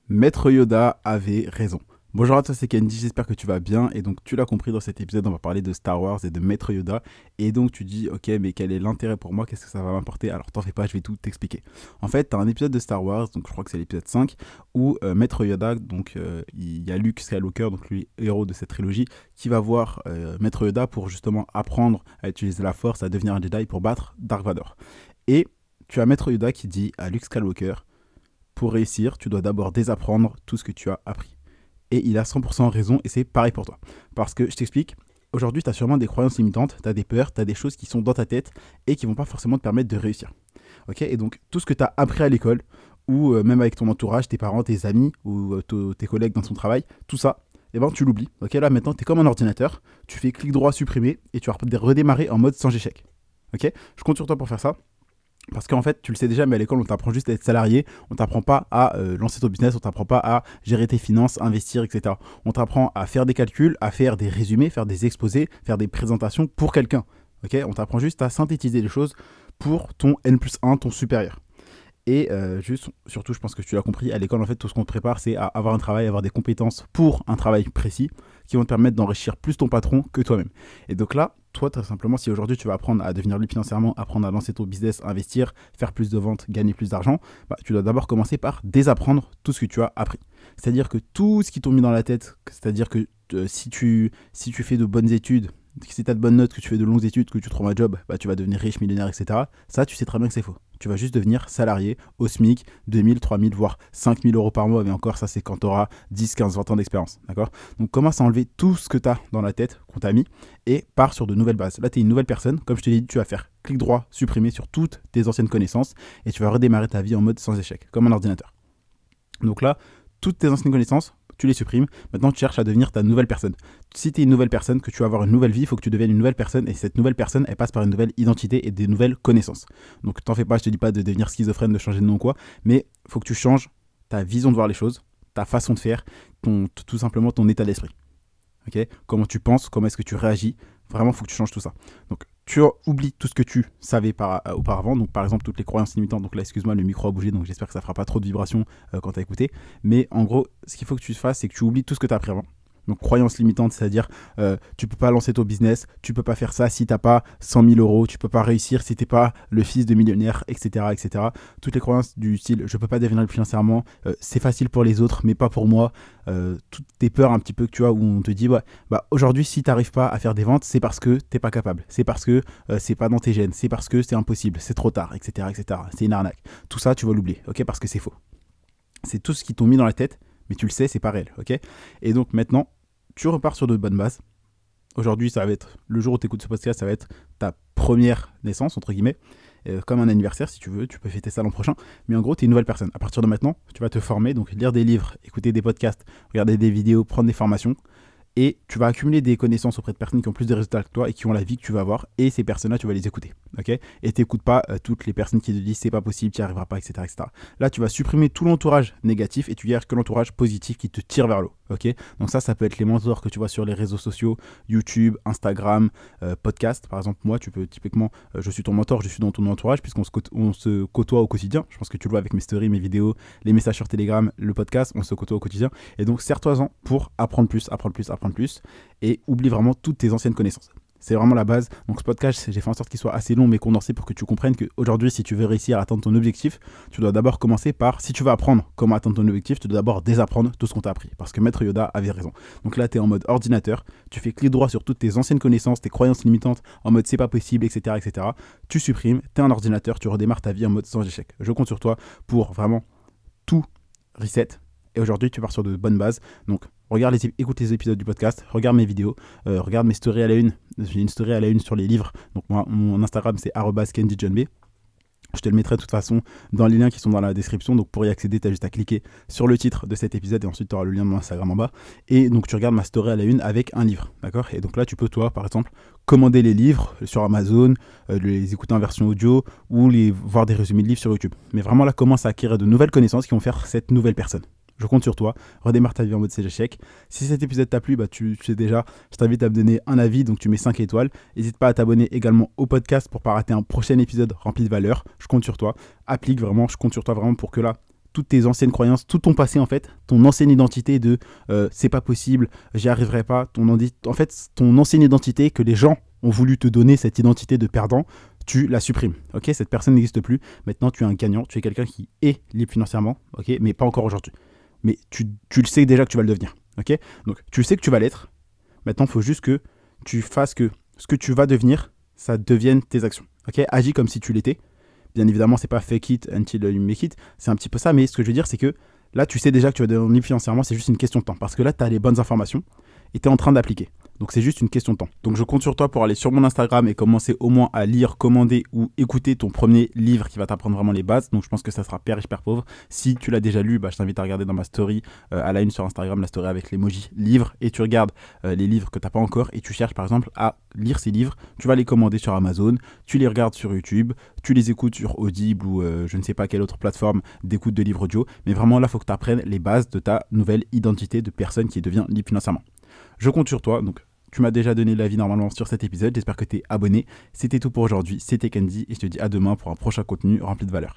Maître Yoda avait raison. Bonjour à toi, c'est Kenji, j'espère que tu vas bien. Et donc, tu l'as compris, dans cet épisode, on va parler de Star Wars et de Maître Yoda. Et donc, tu dis, ok, mais quel est l'intérêt pour moi? Qu'est-ce que ça va m'apporter? Alors, t'en fais pas, je vais tout t'expliquer. En fait, t'as un épisode de Star Wars, donc je crois que c'est l'épisode 5, où Maître Yoda, donc il y a Luke Skywalker, donc lui, héros de cette trilogie, qui va voir Maître Yoda pour justement apprendre à utiliser la Force, à devenir un Jedi pour battre Dark Vador. Et tu as Maître Yoda qui dit à Luke Skywalker, pour réussir, tu dois d'abord désapprendre tout ce que tu as appris. Et il a 100% raison et c'est pareil pour toi. Parce que je t'explique, aujourd'hui tu as sûrement des croyances limitantes, tu as des peurs, tu as des choses qui sont dans ta tête et qui vont pas forcément te permettre de réussir. Ok. Et donc tout ce que tu as appris à l'école ou même avec ton entourage, tes parents, tes amis ou tes collègues dans ton travail, tout ça, eh ben, tu l'oublies. Ok. Là maintenant tu es comme un ordinateur, tu fais clic droit supprimer et tu vas redémarrer en mode sans échec. Ok. Je compte sur toi pour faire ça. Parce qu'en fait, tu le sais déjà, mais à l'école, on t'apprend juste à être salarié. On t'apprend pas à lancer ton business, on t'apprend pas à gérer tes finances, investir, etc. On t'apprend à faire des calculs, à faire des résumés, faire des exposés, faire des présentations pour quelqu'un. Okay. On t'apprend juste à synthétiser les choses pour ton N+1, ton supérieur. Et juste, surtout, je pense que tu l'as compris, à l'école, en fait, tout ce qu'on te prépare, c'est à avoir un travail, avoir des compétences pour un travail précis qui vont te permettre d'enrichir plus ton patron que toi-même. Et donc là, toi, très simplement, si aujourd'hui tu vas apprendre à devenir libre financièrement, apprendre à lancer ton business, investir, faire plus de ventes, gagner plus d'argent, tu dois d'abord commencer par désapprendre tout ce que tu as appris. C'est-à-dire que tout ce qui t'ont mis dans la tête, c'est-à-dire que si tu fais de bonnes études, si tu as de bonnes notes, que tu fais de longues études, que tu trouves un job, tu vas devenir riche, millionnaire, etc. Ça, tu sais très bien que c'est faux. Tu vas juste devenir salarié au SMIC, 2000, 3000, voire 5000 euros par mois. Mais encore, ça, c'est quand tu auras 10, 15, 20 ans d'expérience. D'accord. Donc, commence à enlever tout ce que tu as dans la tête, qu'on t'a mis, et pars sur de nouvelles bases. Là, tu es une nouvelle personne. Comme je te l'ai dit, tu vas faire clic droit, supprimer sur toutes tes anciennes connaissances, et tu vas redémarrer ta vie en mode sans échec, comme un ordinateur. Donc là, toutes tes anciennes connaissances, tu les supprimes. Maintenant, tu cherches à devenir ta nouvelle personne. Si tu es une nouvelle personne, que tu vas avoir une nouvelle vie, il faut que tu deviennes une nouvelle personne. Et cette nouvelle personne, elle passe par une nouvelle identité et des nouvelles connaissances. Donc, t'en fais pas, je te dis pas de devenir schizophrène, de changer de nom ou quoi. Mais il faut que tu changes ta vision de voir les choses, ta façon de faire, tout simplement ton état d'esprit. Okay. Comment tu penses, comment est-ce que tu réagis. Vraiment, il faut que tu changes tout ça. Donc, tu oublies tout ce que tu savais auparavant. Donc, par exemple, toutes les croyances limitantes. Donc là, excuse-moi, le micro a bougé, donc j'espère que ça fera pas trop de vibrations quand tu as écouté. Mais en gros, ce qu'il faut que tu fasses, c'est que tu oublies tout ce que tu as appris avant. Donc, croyances limitantes, c'est-à-dire tu peux pas lancer ton business, tu peux pas faire ça si t'as pas 100 000 euros, tu peux pas réussir si t'es pas le fils de millionnaire, etc., etc. Toutes les croyances du style je peux pas devenir libre financièrement, c'est facile pour les autres, mais pas pour moi. Toutes tes peurs un petit peu que tu as où on te dit aujourd'hui si t'arrives pas à faire des ventes, c'est parce que t'es pas capable, c'est parce que c'est pas dans tes gènes, c'est parce que c'est impossible, c'est trop tard, etc., etc. C'est une arnaque. Tout ça, tu vas l'oublier, ok, parce que c'est faux. C'est tout ce qu'ils t'ont mis dans la tête, mais tu le sais, c'est pas réel, ok. Et donc maintenant, tu repars sur de bonnes bases. Aujourd'hui, ça va être le jour où tu écoutes ce podcast, ça va être ta première naissance, entre guillemets, comme un anniversaire si tu veux, tu peux fêter ça l'an prochain. Mais en gros, tu es une nouvelle personne. À partir de maintenant, tu vas te former, donc lire des livres, écouter des podcasts, regarder des vidéos, prendre des formations. Et tu vas accumuler des connaissances auprès de personnes qui ont plus de résultats que toi et qui ont la vie que tu vas avoir. Et ces personnes-là, tu vas les écouter. Okay. Et tu n'écoutes pas toutes les personnes qui te disent c'est pas possible, tu n'y arriveras pas, etc., etc. Là, tu vas supprimer tout l'entourage négatif et tu gardes que l'entourage positif qui te tire vers l'eau. Okay. Donc ça peut être les mentors que tu vois sur les réseaux sociaux, YouTube, Instagram, podcast. Par exemple, moi, tu peux typiquement, je suis ton mentor, je suis dans ton entourage puisqu'on se côtoie au quotidien. Je pense que tu le vois avec mes stories, mes vidéos, les messages sur Telegram, le podcast, on se côtoie au quotidien. Et donc, serre-toi-en pour apprendre plus et oublie vraiment toutes tes anciennes connaissances. C'est vraiment la base. Donc ce podcast, j'ai fait en sorte qu'il soit assez long mais condensé pour que tu comprennes qu'aujourd'hui, si tu veux réussir à atteindre ton objectif, tu dois d'abord commencer par, si tu veux apprendre comment atteindre ton objectif, tu dois d'abord désapprendre tout ce qu'on t'a appris. Parce que Maître Yoda avait raison. Donc là, tu es en mode ordinateur, tu fais clic droit sur toutes tes anciennes connaissances, tes croyances limitantes, en mode c'est pas possible, etc., etc. Tu supprimes, tu es un ordinateur, tu redémarres ta vie en mode sans échec. Je compte sur toi pour vraiment tout reset. Et aujourd'hui, tu pars sur de bonnes bases. Donc, écoute les épisodes du podcast, regarde mes vidéos, regarde mes stories à la une. J'ai une story à la une sur les livres. Donc, moi, mon Instagram, c'est @kenjijohnb. Je te le mettrai de toute façon dans les liens qui sont dans la description. Donc, pour y accéder, tu as juste à cliquer sur le titre de cet épisode et ensuite, tu auras le lien de mon Instagram en bas. Et donc, tu regardes ma story à la une avec un livre. D'accord. Et donc là, tu peux, toi, par exemple, commander les livres sur Amazon, les écouter en version audio ou voir des résumés de livres sur YouTube. Mais vraiment, là, commence à acquérir de nouvelles connaissances qui vont faire cette nouvelle personne. Je compte sur toi, redémarre ta vie en mode c'est échec. Si cet épisode t'a plu, tu sais déjà, je t'invite à me donner un avis, donc tu mets 5 étoiles. N'hésite pas à t'abonner également au podcast pour ne pas rater un prochain épisode rempli de valeur. Je compte sur toi, applique vraiment, je compte sur toi vraiment pour que là, toutes tes anciennes croyances, tout ton passé en fait, ton ancienne identité de c'est pas possible, j'y arriverai pas, en fait ton ancienne identité que les gens ont voulu te donner, cette identité de perdant, tu la supprimes. Ok, cette personne n'existe plus. Maintenant, tu es un gagnant, tu es quelqu'un qui est libre financièrement, ok, mais pas encore aujourd'hui. Mais tu le sais déjà que tu vas le devenir. Ok, donc tu sais que tu vas l'être. Maintenant, il faut juste que tu fasses que ce que tu vas devenir, ça devienne tes actions. Ok, agis comme si tu l'étais. Bien évidemment, c'est pas fake it until you make it. C'est un petit peu ça, mais ce que je veux dire, c'est que là, tu sais déjà que tu vas devenir libre financièrement, c'est juste une question de temps. Parce que là, tu as les bonnes informations et tu es en train d'appliquer. Donc c'est juste une question de temps. Donc je compte sur toi pour aller sur mon Instagram et commencer au moins à lire, commander ou écouter ton premier livre qui va t'apprendre vraiment les bases. Donc je pense que ça sera Père riche, Père pauvre. Si tu l'as déjà lu, je t'invite à regarder dans ma story à la une sur Instagram, la story avec l'emoji livre, et tu regardes les livres que tu n'as pas encore et tu cherches par exemple à lire ces livres. Tu vas les commander sur Amazon, tu les regardes sur YouTube, tu les écoutes sur Audible ou je ne sais pas quelle autre plateforme d'écoute de livres audio. Mais vraiment là, il faut que tu apprennes les bases de ta nouvelle identité de personne qui devient libre financièrement. Je compte sur toi, donc tu m'as déjà donné l'avis normalement sur cet épisode, j'espère que tu es abonné. C'était tout pour aujourd'hui, c'était Candy et je te dis à demain pour un prochain contenu rempli de valeur.